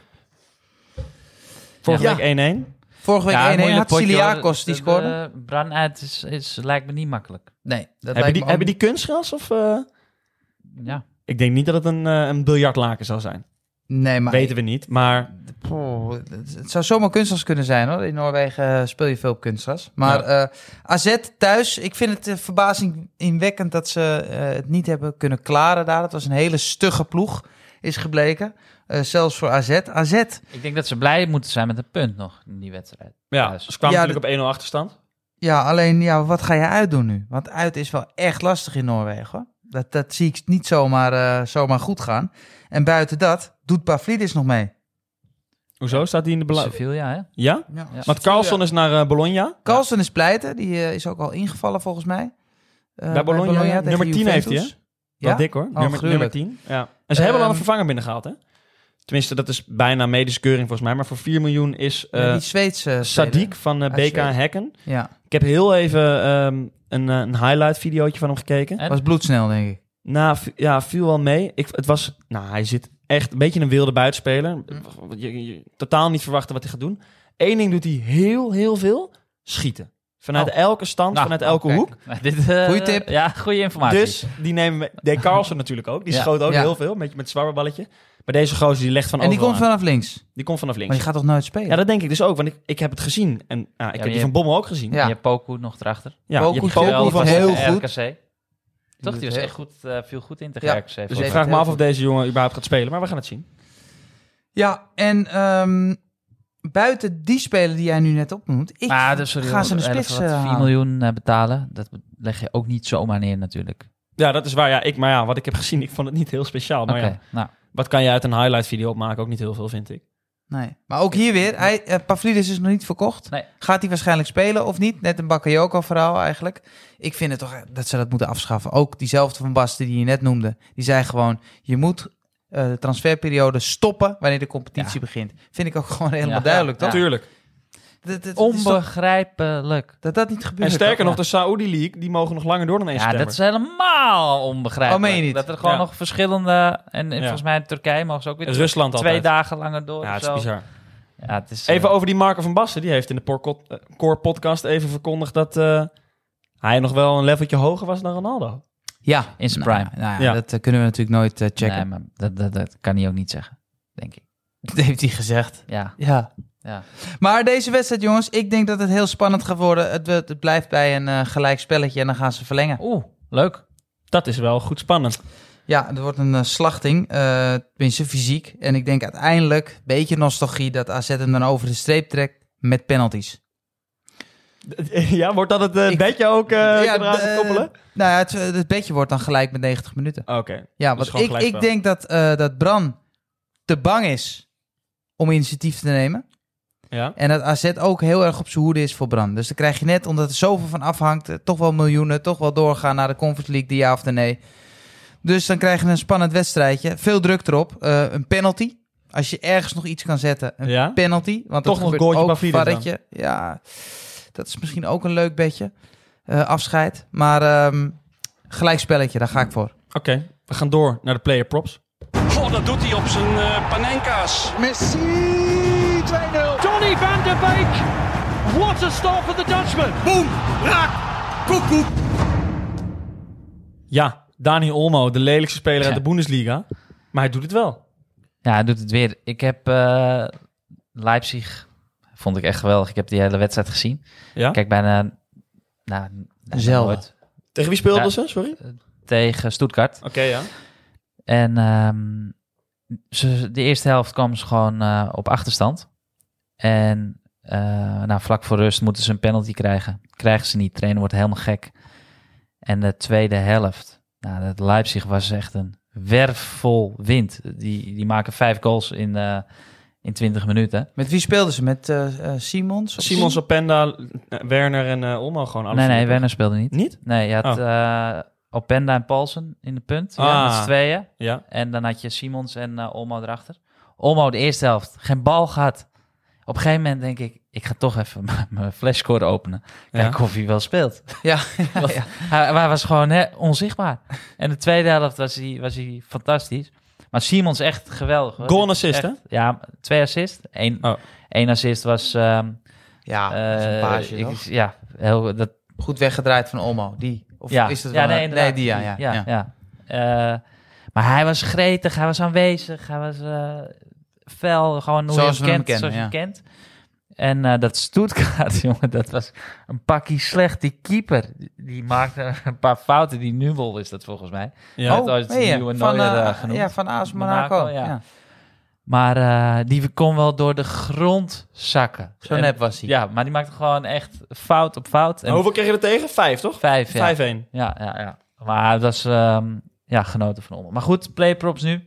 Vorige week 1-1. Vorige week 1-1 had Siliakos die scoorde. Bran uit lijkt me niet makkelijk. Nee. Hebben die kunstgras? Of, Ja. Ik denk niet dat het een biljartlaken zal zijn. Nee, maar... Weten we niet, maar... het zou zomaar kunstgras kunnen zijn, hoor. In Noorwegen speel je veel op kunstgras. Maar AZ thuis, ik vind het verbazingwekkend dat ze het niet hebben kunnen klaren daar. Dat was een hele stugge ploeg, is gebleken. Zelfs voor AZ. Ik denk dat ze blij moeten zijn met een punt nog in die wedstrijd. Ja, ze kwamen natuurlijk op 1-0 achterstand. Ja, alleen, wat ga je uitdoen nu? Want uit is wel echt lastig in Noorwegen, hoor. Dat zie ik niet zomaar goed gaan. En buiten dat doet Pavlidis nog mee. Hoezo? Staat hij in de belang? Sevilla, hè? Ja? Want Carlson is naar Bologna. Carlson is pleiten. Die is ook al ingevallen volgens mij. Bij Bologna. Nummer 10 heeft hij, hè? Ja? Wat dik, hoor. Nummer 10. Ja. En ze hebben al een vervanger binnengehaald, hè? Tenminste, dat is bijna medische keuring volgens mij. Maar voor 4 miljoen is die Zweedse Sadiq van BK Häcken. Ja. Ik heb heel even een highlight videootje van hem gekeken. Het was bloedsnel, denk ik. Nou, viel wel mee. Hij zit echt een beetje een wilde buitenspeler. Je totaal niet verwachten wat hij gaat doen. Eén ding doet hij heel veel. Schieten. Vanuit elke stand, vanuit elke hoek. Goeie tip. Ja, goede informatie. Dus die nemen we... De Carlson natuurlijk ook. Die schoot ook heel veel. Een beetje met het zwabberballetje. Maar deze gozer die legt van overal En die komt vanaf links? Die komt vanaf links. Maar die gaat toch nooit spelen? Ja, dat denk ik dus ook. Want ik heb het gezien. En ik heb die van Bommel ook gezien. Ja. Je hebt Poku nog erachter. Ja, Poku van heel goed. RKC. Toch, die was echt goed, viel goed in tegen RKC. Dus ik vraag me af of deze jongen überhaupt gaat spelen. Maar we gaan het zien. Ja, en buiten die speler die jij nu net opnoemt, ga ze in de spits 4 miljoen betalen. Dat leg je ook niet zomaar neer natuurlijk. Ja, dat is waar. Maar wat ik heb gezien, ik vond het niet heel speciaal. Maar wat kan je uit een highlight video opmaken? Ook niet heel veel, vind ik. Nee, maar ook hier weer, Pavlidis is nog niet verkocht. Nee. Gaat hij waarschijnlijk spelen of niet? Net een Bakayoko-verhaal eigenlijk. Ik vind het toch dat ze dat moeten afschaffen. Ook diezelfde Van Basten die je net noemde. Die zei gewoon, je moet de transferperiode stoppen wanneer de competitie begint. Vind ik ook gewoon helemaal duidelijk, toch? Tuurlijk. Onbegrijpelijk. Dat niet gebeurt. En sterker nog, de Saudi League, die mogen nog langer door dan 1 september. Dat is helemaal onbegrijpelijk. Oh, meen je niet? Dat er gewoon nog verschillende... En volgens mij in Turkije mogen ze ook weer Rusland 2 dagen langer door. Ja, het is bizar. Ja, het is, even over die Marco van Basten. Die heeft in de Core podcast even verkondigd dat hij nog wel een leveltje hoger was dan Ronaldo. Ja. In zijn prime. Ja. Dat kunnen we natuurlijk nooit checken. Nee, maar dat kan hij ook niet zeggen, denk ik. Dat heeft hij gezegd. Ja. Ja. Maar deze wedstrijd, jongens, ik denk dat het heel spannend gaat worden. Het blijft bij een gelijk spelletje en dan gaan ze verlengen. Oeh, leuk. Dat is wel goed spannend. Ja, het wordt een slachting, tenminste fysiek. En ik denk uiteindelijk, een beetje nostalgie, dat AZ hem dan over de streep trekt met penalties. Ja, wordt dat het bedje ook eraan koppelen? Nou ja, het bedje wordt dan gelijk met 90 minuten. Oké. Ja, Dus want gewoon ik denk dat Bran te bang is om initiatief te nemen. Ja. En dat AZ ook heel erg op zijn hoede is voor Bran. Dus dan krijg je net, omdat er zoveel van afhangt, toch wel miljoenen, toch wel doorgaan naar de Conference League, de ja of de nee. Dus dan krijg je een spannend wedstrijdje. Veel druk erop. Een penalty. Als je ergens nog iets kan zetten, een penalty. Want toch dat nog gebeurt goaltje ook varretje. Ja, dat is misschien ook een leuk bedje. Afscheid. Maar gelijkspelletje, daar ga ik voor. Oké, we gaan door naar de player props. Oh, dat doet hij op zijn Panenka's. Messi 2-0. Donny van der Beek. What a start for the Dutchman. Boom, raak, koekoek. Ja, Dani Olmo, de lelijkste speler uit Ja. de Bundesliga. Maar hij doet het wel. Ja, hij doet het weer. Ik heb Leipzig, vond ik echt geweldig. Ik heb die hele wedstrijd gezien. Ja? Kijk, bijna Zelden. nooit. Tegen wie speelden Ja. ze? Sorry? Tegen Stuttgart. Oké, ja. En de eerste helft kwamen ze gewoon op achterstand. En vlak voor rust moeten ze een penalty krijgen. Krijgen ze niet. De trainer wordt helemaal gek. En de tweede helft, dat Leipzig was echt een werf vol wind. Die maken 5 goals in 20 minuten. Met wie speelden ze? Met Simons? Of Simons, Openda, Werner en Olmo gewoon alle Nee, vier. Werner speelde niet. Niet? Nee, je had Openda en Paulsen in de punt. Ja, met z'n tweeën. Ja. En dan had je Simons en Olmo erachter. Olmo de eerste helft, geen bal gehad. Op een gegeven moment denk ik ga toch even mijn flashscore openen. Kijken of hij wel speelt. Ja, Want hij was gewoon onzichtbaar. En de tweede helft was hij fantastisch. Maar Simons echt geweldig. Hoor. Goal en assist, Echt, ja, 2 assists. Eén assist was... ja, dat is een paasje, toch? Ja, dat Goed weggedraaid van Olmo. Die? Of ja. is dat ja, wel nee, nee, die, ja. Maar hij was gretig, hij was aanwezig, hij was fel, gewoon hoe Zoals je we hem hem kent, kennen, zoals je hem kent. En dat Stuttgart, jongen, dat was een pakje slecht. Die keeper, die maakte een paar fouten. Die Nubel is dat volgens mij. Ja. Dat was het nieuwe Neuer genoemd. Ja, van AS Monaco. ja. Maar die kon wel door de grond zakken. Zo En- nep was hij. Ja, maar die maakte gewoon echt fout op fout. En Hoeveel kreeg je er tegen? 5, toch? 5, ja. 5-1. Ja. Maar dat is genoten van Olmo. Maar goed, playprops nu.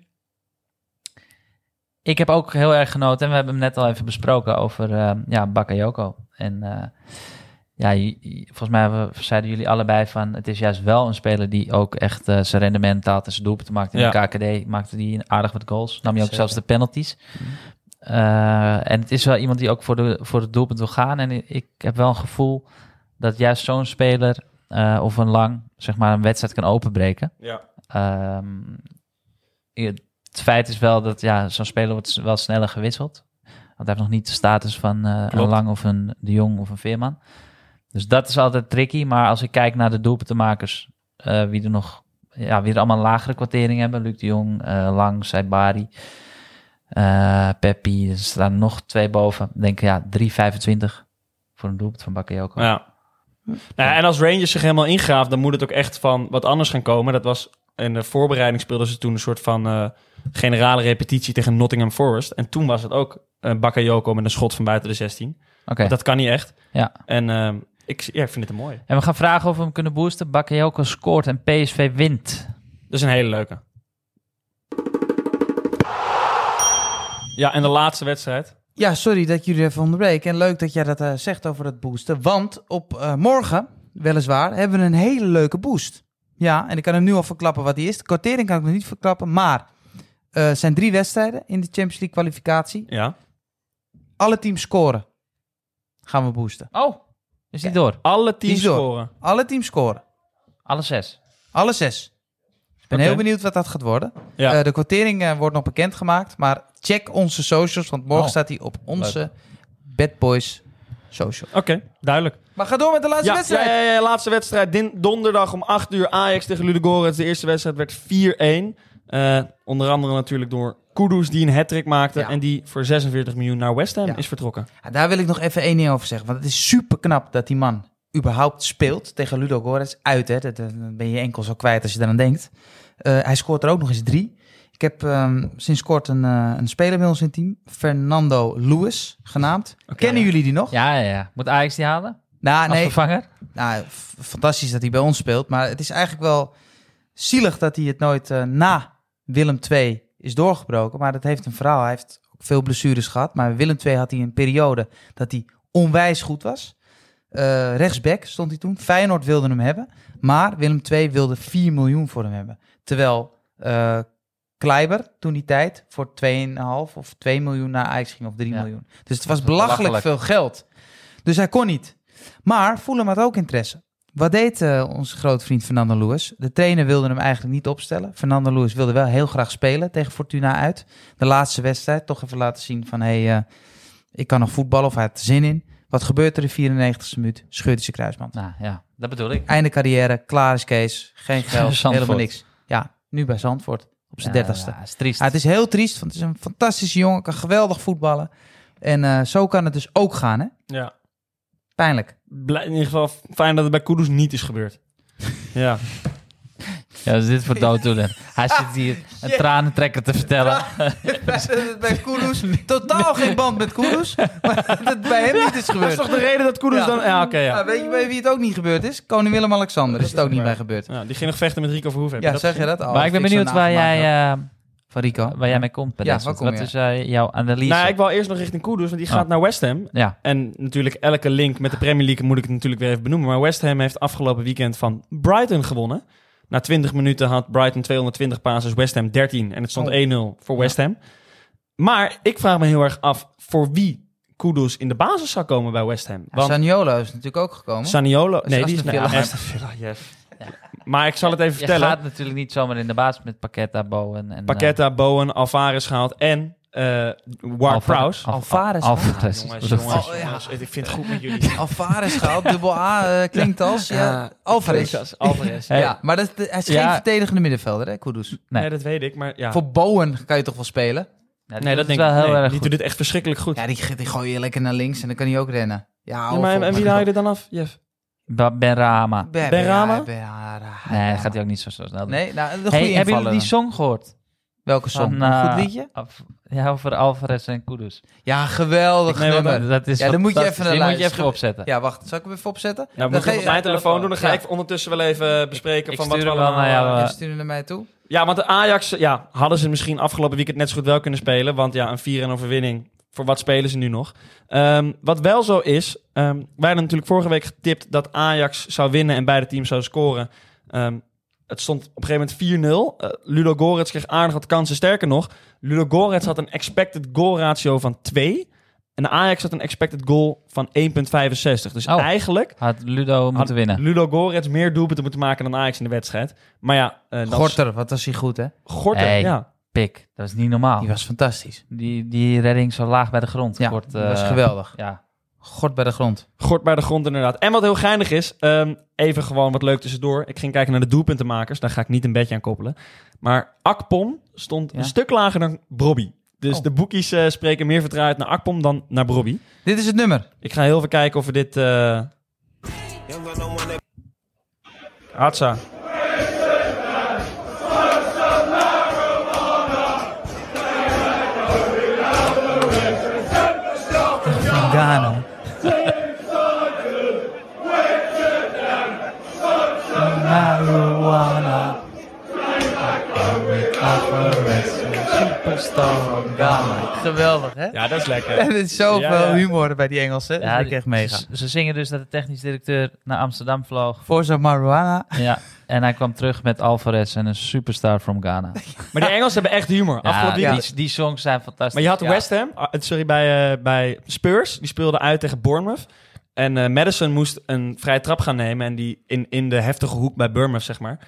Ik heb ook heel erg genoten. En we hebben hem net al even besproken over Bakayoko. En volgens mij zeiden jullie allebei van... het is juist wel een speler die ook echt zijn rendement haalt... en zijn doelpunten maakt. In de KKD maakte hij aardig wat goals. Nam hij ook zelfs de penalties. En het is wel iemand die ook voor het doelpunt wil gaan. En ik heb wel een gevoel dat juist zo'n speler... of een lang, zeg maar, een wedstrijd kan openbreken. Ja. Het feit is wel dat zo'n speler wordt wel sneller gewisseld. Want hij heeft nog niet de status van een Lang of een De Jong of een Veerman. Dus dat is altijd tricky. Maar als ik kijk naar de doelpuntenmakers, wie er allemaal een lagere kwartering hebben. Luc De Jong, Lang, Saibari, Peppi. Er staan nog 2 boven. Ik denk 3,25 voor een doelpunt van Bakayoko. Ja. En als Rangers zich helemaal ingraaft, dan moet het ook echt van wat anders gaan komen. Dat was in de voorbereiding speelden ze toen een soort van generale repetitie tegen Nottingham Forest. En toen was het ook Bakayoko met een schot van buiten de 16. Oké. Dat kan niet echt. Ja. En ik vind het een mooie. En we gaan vragen of we hem kunnen boosten. Bakayoko scoort en PSV wint. Dat is een hele leuke. Ja, en de laatste wedstrijd. Ja, sorry dat ik jullie even onderbreek. En leuk dat jij dat zegt over het boosten. Want op morgen, weliswaar, hebben we een hele leuke boost. Ja, en ik kan hem nu al verklappen wat die is. De kwartering kan ik nog niet verklappen. Maar er zijn 3 wedstrijden in de Champions League kwalificatie. Ja. Alle teams scoren. Gaan we boosten. Oh, is die door? Alle teams Die is door. scoren. Alle teams scoren. Alle 6. Alle 6. Ik ben Oké. heel benieuwd wat dat gaat worden. Ja. De kwartering wordt nog bekendgemaakt. Maar check onze socials, want morgen Oh, staat hij op onze Bad Boys social. Oké, duidelijk. Maar ga door met de laatste wedstrijd. Ja, laatste wedstrijd. Donderdag om 8:00 Ajax tegen Ludogorets. De eerste wedstrijd werd 4-1. Onder andere natuurlijk door Kudus die een hat-trick maakte. Ja. En die voor 46 miljoen naar West Ham is vertrokken. Ja, daar wil ik nog even één ding over zeggen. Want het is super knap dat die man überhaupt speelt tegen Ludogorets uit. Hè. Dan ben je enkel zo kwijt als je daaraan denkt. Hij scoort er ook nog eens 3. Ik heb sinds kort een speler bij ons in het team. Fernando Lewis genaamd. Kennen jullie die nog? Ja. Moet Ajax die halen? Nou, Als vervanger? Nou, fantastisch dat hij bij ons speelt. Maar het is eigenlijk wel zielig dat hij het nooit na Willem II is doorgebroken. Maar dat heeft een verhaal. Hij heeft ook veel blessures gehad. Maar Willem II had hij een periode dat hij onwijs goed was. Rechtsback stond hij toen. Feyenoord wilde hem hebben. Maar Willem II wilde 4 miljoen voor hem hebben. Terwijl Kleiber toen die tijd voor 2,5 of 2 miljoen naar Ajax ging. Of 3 miljoen. Dus het was belachelijk veel geld. Dus hij kon niet. Maar Fulham had ook interesse. Wat deed onze grote vriend Fernando Lewis? De trainer wilde hem eigenlijk niet opstellen. Fernando Lewis wilde wel heel graag spelen tegen Fortuna uit. De laatste wedstrijd. Toch even laten zien van... ik kan nog voetballen of hij had er zin in. Wat gebeurt er in de 94e minuut? Scheurt hij zijn kruisband. Nou ja, dat bedoel ik. Einde carrière, klaar is Kees. Geen geld, Zandvoort. helemaal niks. Ja, nu bij Zandvoort. Op zijn 30ste. Ja, is triest. Het is heel triest, want het is een fantastische jongen. Kan geweldig voetballen. En zo kan het dus ook gaan, hè? Ja. Pijnlijk. In ieder geval fijn dat het bij Kudus niet is gebeurd. Ja. Ja, dus dit voor dooddoener. Hij zit hier een tranentrekker te vertellen. Bij Kudus totaal geen band met Kudus. Maar dat het bij hem niet is Dat gebeurd. is toch de reden dat Kudus dan... Ja, oké, ja. Ja, weet je bij wie het ook niet gebeurd is? Koning Willem-Alexander is het ook niet bij gebeurd. Ja, die ging nog vechten met Rico Verhoeven. Heb Ja, je zeg gezien? je dat? Oh, Maar ik ben vind benieuwd zo waar nagemaakt jij, van Rico. waar jij mee komt bij Ja, deze. waar kom Wat je? is jouw analyse? Nou, ik wil eerst nog richting Kudus, want die gaat naar West Ham. Ja. En natuurlijk elke link met de Premier League moet ik het natuurlijk weer even benoemen. Maar West Ham heeft afgelopen weekend van Brighton gewonnen. Na 20 minuten had Brighton 220 passes, West Ham 13. En het stond 1-0 voor West Ham. Maar ik vraag me heel erg af voor wie Kudus in de basis zou komen bij West Ham. Ja, Zaniolo is natuurlijk ook gekomen. Zaniolo... is Nee, die is Aston naar Villa. Aston Villa, yes. Maar ik zal het even Je vertellen. gaat natuurlijk niet zomaar in de basis met Paqueta, Bowen en... Paqueta, Bowen, Alvarez gehaald en Ward-Prowse. Alvarez. Alvarez. Jongens, ik vind het goed met jullie. Alvarez gehaald, dubbel A klinkt als... Ja, Alvarez. Alvarez. Ja, maar hij is geen verdedigende middenvelder, hè, Kudus. Nee, dat weet ik, maar ja. Voor Bowen kan je toch wel spelen? Ja, Nee, dat denk wel ik heel nee, erg Die goed. doet dit echt verschrikkelijk goed. Ja, die gooi je lekker naar links en dan kan hij ook rennen. Ja, Ja, maar en wie haal je er dan af, Jeff? Benrahma. Benrahma? Nee, dat gaat hij ook niet zo snel doen. Nee, nou, een goede Hey, hebben invaller jullie die dan. song gehoord? Welke song? Van, Een goed liedje? Ja, over Alvarez en Kudus. Ja, geweldig Nee, wat nummer. Dat is Ja, dan moet je fantastisch. even naar Die moet je luisteren. even opzetten. Ja, wacht. Zal ik hem even opzetten? Nou, moet ik ga op mijn telefoon doen. Dan ga Ja. ik ondertussen wel even bespreken Ik van wat we stuur hem wel allemaal... naar jou. Ja, stuur hem naar mij toe. Ja, want de Ajax hadden ze misschien afgelopen weekend net zo goed wel kunnen spelen. Want ja, een 4-1 overwinning. Voor wat spelen ze nu nog? Wat wel zo is, wij hadden natuurlijk vorige week getipt dat Ajax zou winnen en beide teams zouden scoren. Het stond op een gegeven moment 4-0. Ludogorets kreeg aardig wat kansen. Sterker nog, Ludogorets had een expected goal ratio van 2. En de Ajax had een expected goal van 1,65. Dus eigenlijk Had Ludo moeten winnen. Ludogorets meer doelpunten moeten maken dan Ajax in de wedstrijd. Maar ja, Gorter, wat was hij goed, hè? Gorter, Hey. ja. Pik, dat is niet normaal. Die was fantastisch. Die redding zo laag bij de grond. Ja, Kort, die was geweldig. Ja. Gort bij de grond. Gort bij de grond inderdaad. En wat heel geinig is, even gewoon wat leuk tussendoor. Ik ging kijken naar de doelpuntenmakers. Daar ga ik niet een bedje aan koppelen. Maar Akpom stond een stuk lager dan Brobby. Dus de boekies spreken meer vertrouwen uit naar Akpom dan naar Brobby. Dit is het nummer. Ik ga heel even kijken of we dit... Hatsa. Ghana. Marijuana. Superstar van Ghana. Geweldig, hè? Ja, dat is lekker. Er is zoveel Ja, ja. humor bij die Engelsen. Dat vind ik echt mega. Ze zingen dus dat de technisch directeur naar Amsterdam vloog. Forza Marijuana. Ja. En hij kwam terug met Alvarez en een superstar from Ghana. Maar die Engelsen hebben echt humor. Ja, Afgelopen weekend- die songs zijn fantastisch. Maar je had Ja. West Ham, bij Spurs. Die speelde uit tegen Bournemouth. En Madison moest een vrije trap gaan nemen. En die in de heftige hoek bij Bournemouth, zeg maar.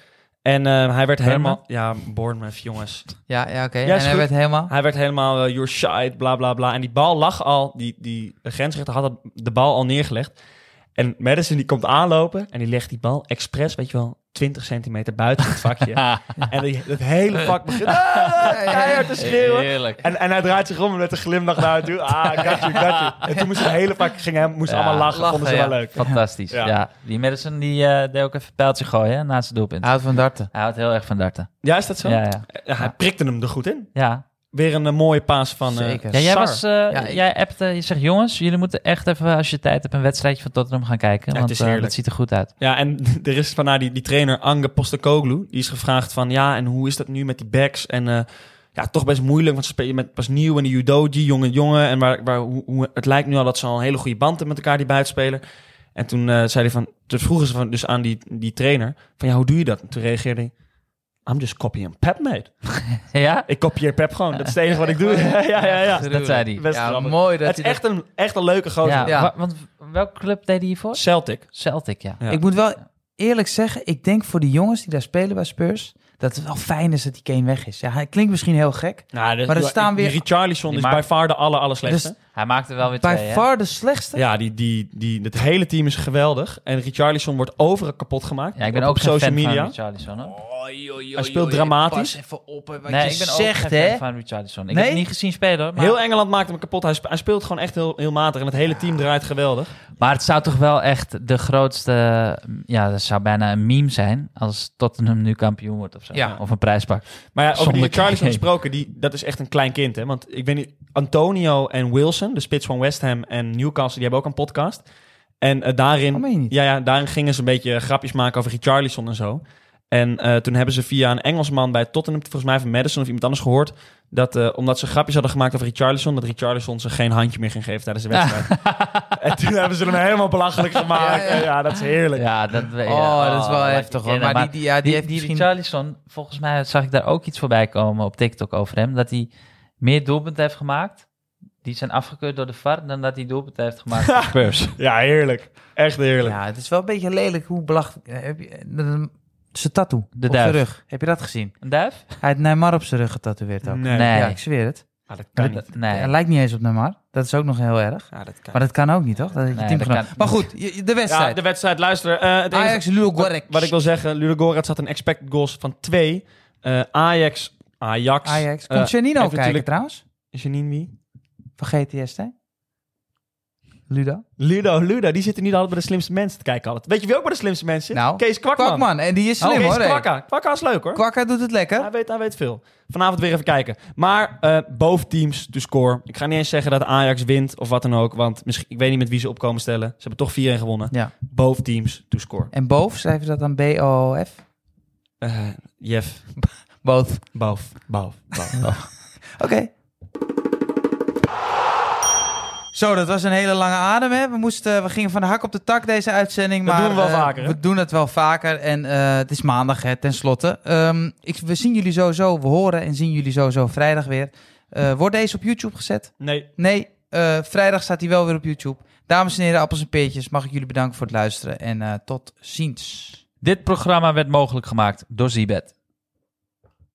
En hij werd helemaal... Ja, Bournemouth, jongens. Ja, oké. Ja, En is hij goed. werd helemaal... Hij werd helemaal you're shite, bla bla bla. En die bal lag al... Die grensrechter had de bal al neergelegd. En Madison die komt aanlopen en die legt die bal expres, weet je wel, 20 centimeter buiten het vakje. En het hele vak begint keihard te schreeuwen. Heerlijk. En hij draait zich om met een glimlach naar haar toe. Got you. En toen moest het hele vak allemaal lachen. Vonden ze wel leuk. Fantastisch. Ja. Ja. Die Madison die deed ook even een pijltje gooien hè, naast het doelpunt. Houdt van darten. Hij houdt heel erg van darten. Ja, is dat zo? Ja. Hij prikte hem er goed in. Ja. Weer een mooie paas van Zeker. Ja, jij Sar. was, jij appte, je zegt jongens, jullie moeten echt even als je tijd hebt een wedstrijdje van Tottenham gaan kijken, Ja, want het is heerlijk. dat ziet er goed uit. Ja, en er is van die trainer Ange Postecoglou, die is gevraagd van ja, en hoe is dat nu met die backs? En toch best moeilijk, want ze spelen met pas nieuw en de Udogie, jongen. En hoe het lijkt nu al dat ze al een hele goede band hebben met elkaar, die buitenspelen. En toen zei hij van, toen vroegen ze dus aan die trainer van ja, hoe doe je dat? En toen reageerde hij, I'm just copying Pep, mate. Ja? Ik kopieer Pep gewoon, dat is het enige wat ik doe. ja. Dat zei hij. Best Ja, grappig. mooi dat Het is hij echt een leuke gozer. Ja, Ja. want welke club deed hij hiervoor? Celtic. Celtic, ja. Ja. Ik moet wel eerlijk zeggen, ik denk voor die jongens die daar spelen bij Spurs, dat het wel fijn is dat die Kane weg is. Ja, hij klinkt misschien heel gek. Nou, Maar er staan weer- Die Richarlison Die is maakt- bij far de aller slechtste. Dus Hij maakte wel weer bij twee, hè? far de slechtste. Ja, het hele team is geweldig. En Richarlison wordt overal kapot gemaakt. Ja, ik ben op ook geen social fan media. van Richarlison, hoor. Hij speelt dramatisch. Pas even op hè, wat Nee, je ik ben zegt, ook geen hè. fan van Richarlison. Ik Nee? heb hem niet gezien spelen, hoor. Maar, Heel Engeland maakt hem kapot. Hij speelt gewoon echt heel matig. En het hele team draait geweldig. maar het zou toch wel echt de grootste... Ja, dat zou bijna een meme zijn als Tottenham nu kampioen wordt of zo. Ja. Of een prijspak. Maar ja, over Zonder die Richarlison Kane. gesproken, dat is echt een klein kind. Hè? Want ik weet niet, Antonio en Wilson, de spits van West Ham en Newcastle, die hebben ook een podcast. En daarin, Oh, meen je niet? daarin gingen ze een beetje grapjes maken over Richarlison en zo. En toen hebben ze via een Engelsman bij Tottenham, volgens mij van Madison of iemand anders gehoord, dat omdat ze grapjes hadden gemaakt over Richarlison, dat Richarlison ze geen handje meer ging geven tijdens de wedstrijd. En toen hebben ze hem helemaal belachelijk gemaakt. Ja, dat is heerlijk. Ja, dat, dat is wel heftig, hoor. Maar die heeft die misschien- Richarlison, volgens mij zag ik daar ook iets voorbij komen op TikTok over hem, dat hij meer doelpunten heeft gemaakt. Die zijn afgekeurd door de VAR dan dat hij doelpunten heeft gemaakt voor Spurs. Ja, heerlijk. Echt heerlijk. Ja, het is wel een beetje lelijk hoe belachelijk. Heb je zijn tattoo De op duif. zijn rug? Heb je dat gezien? Een duif? Hij heeft Neymar op zijn rug getatoeëerd ook. Nee. Nee. Ja, ik zweer het. Ah, dat kan niet. Nee. Hij lijkt niet eens op Neymar. Dat is ook nog heel erg. Ja, dat kan. Maar dat kan ook niet, toch? Dat je Nee, team dat genomen. kan- Maar goed, de wedstrijd. Ja, de wedstrijd. Luister. Het enige- Ajax Ludogorets. Wat ik wil zeggen, Ludogorets had een expected goals van 2. Ajax. Ajax. Komt Janino heeft kijken natuurlijk- trouwens? Janine wie? Van GTS, hè? Ludo? Ludo, die zitten niet altijd bij de slimste mensen te kijken altijd. Weet je wie ook bij de slimste mensen zit? Nou, Kees Kwakman. Kwakman. En die is slim, Kees hoor. hè? Kwakka is leuk hoor. Kwakka doet het lekker. Hij weet veel. Vanavond weer even kijken. Maar both teams to score. Ik ga niet eens zeggen dat Ajax wint of wat dan ook. Want misschien, ik weet niet met wie ze opkomen stellen. Ze hebben toch 4-1 gewonnen. Ja. Both teams to score. En boven schrijven ze dat dan B-O-F? Jeff. Both. Both. Oké. Zo, dat was een hele lange adem, hè? We gingen van de hak op de tak deze uitzending. Dat maar doen we wel vaker, hè? We doen het wel vaker en het is maandag, hè, tenslotte. We zien jullie sowieso, we horen en zien jullie sowieso vrijdag weer. Wordt deze op YouTube gezet? Nee. Nee, vrijdag staat hij wel weer op YouTube. Dames en heren, appels en peertjes, mag ik jullie bedanken voor het luisteren en tot ziens. Dit programma werd mogelijk gemaakt door Zibet.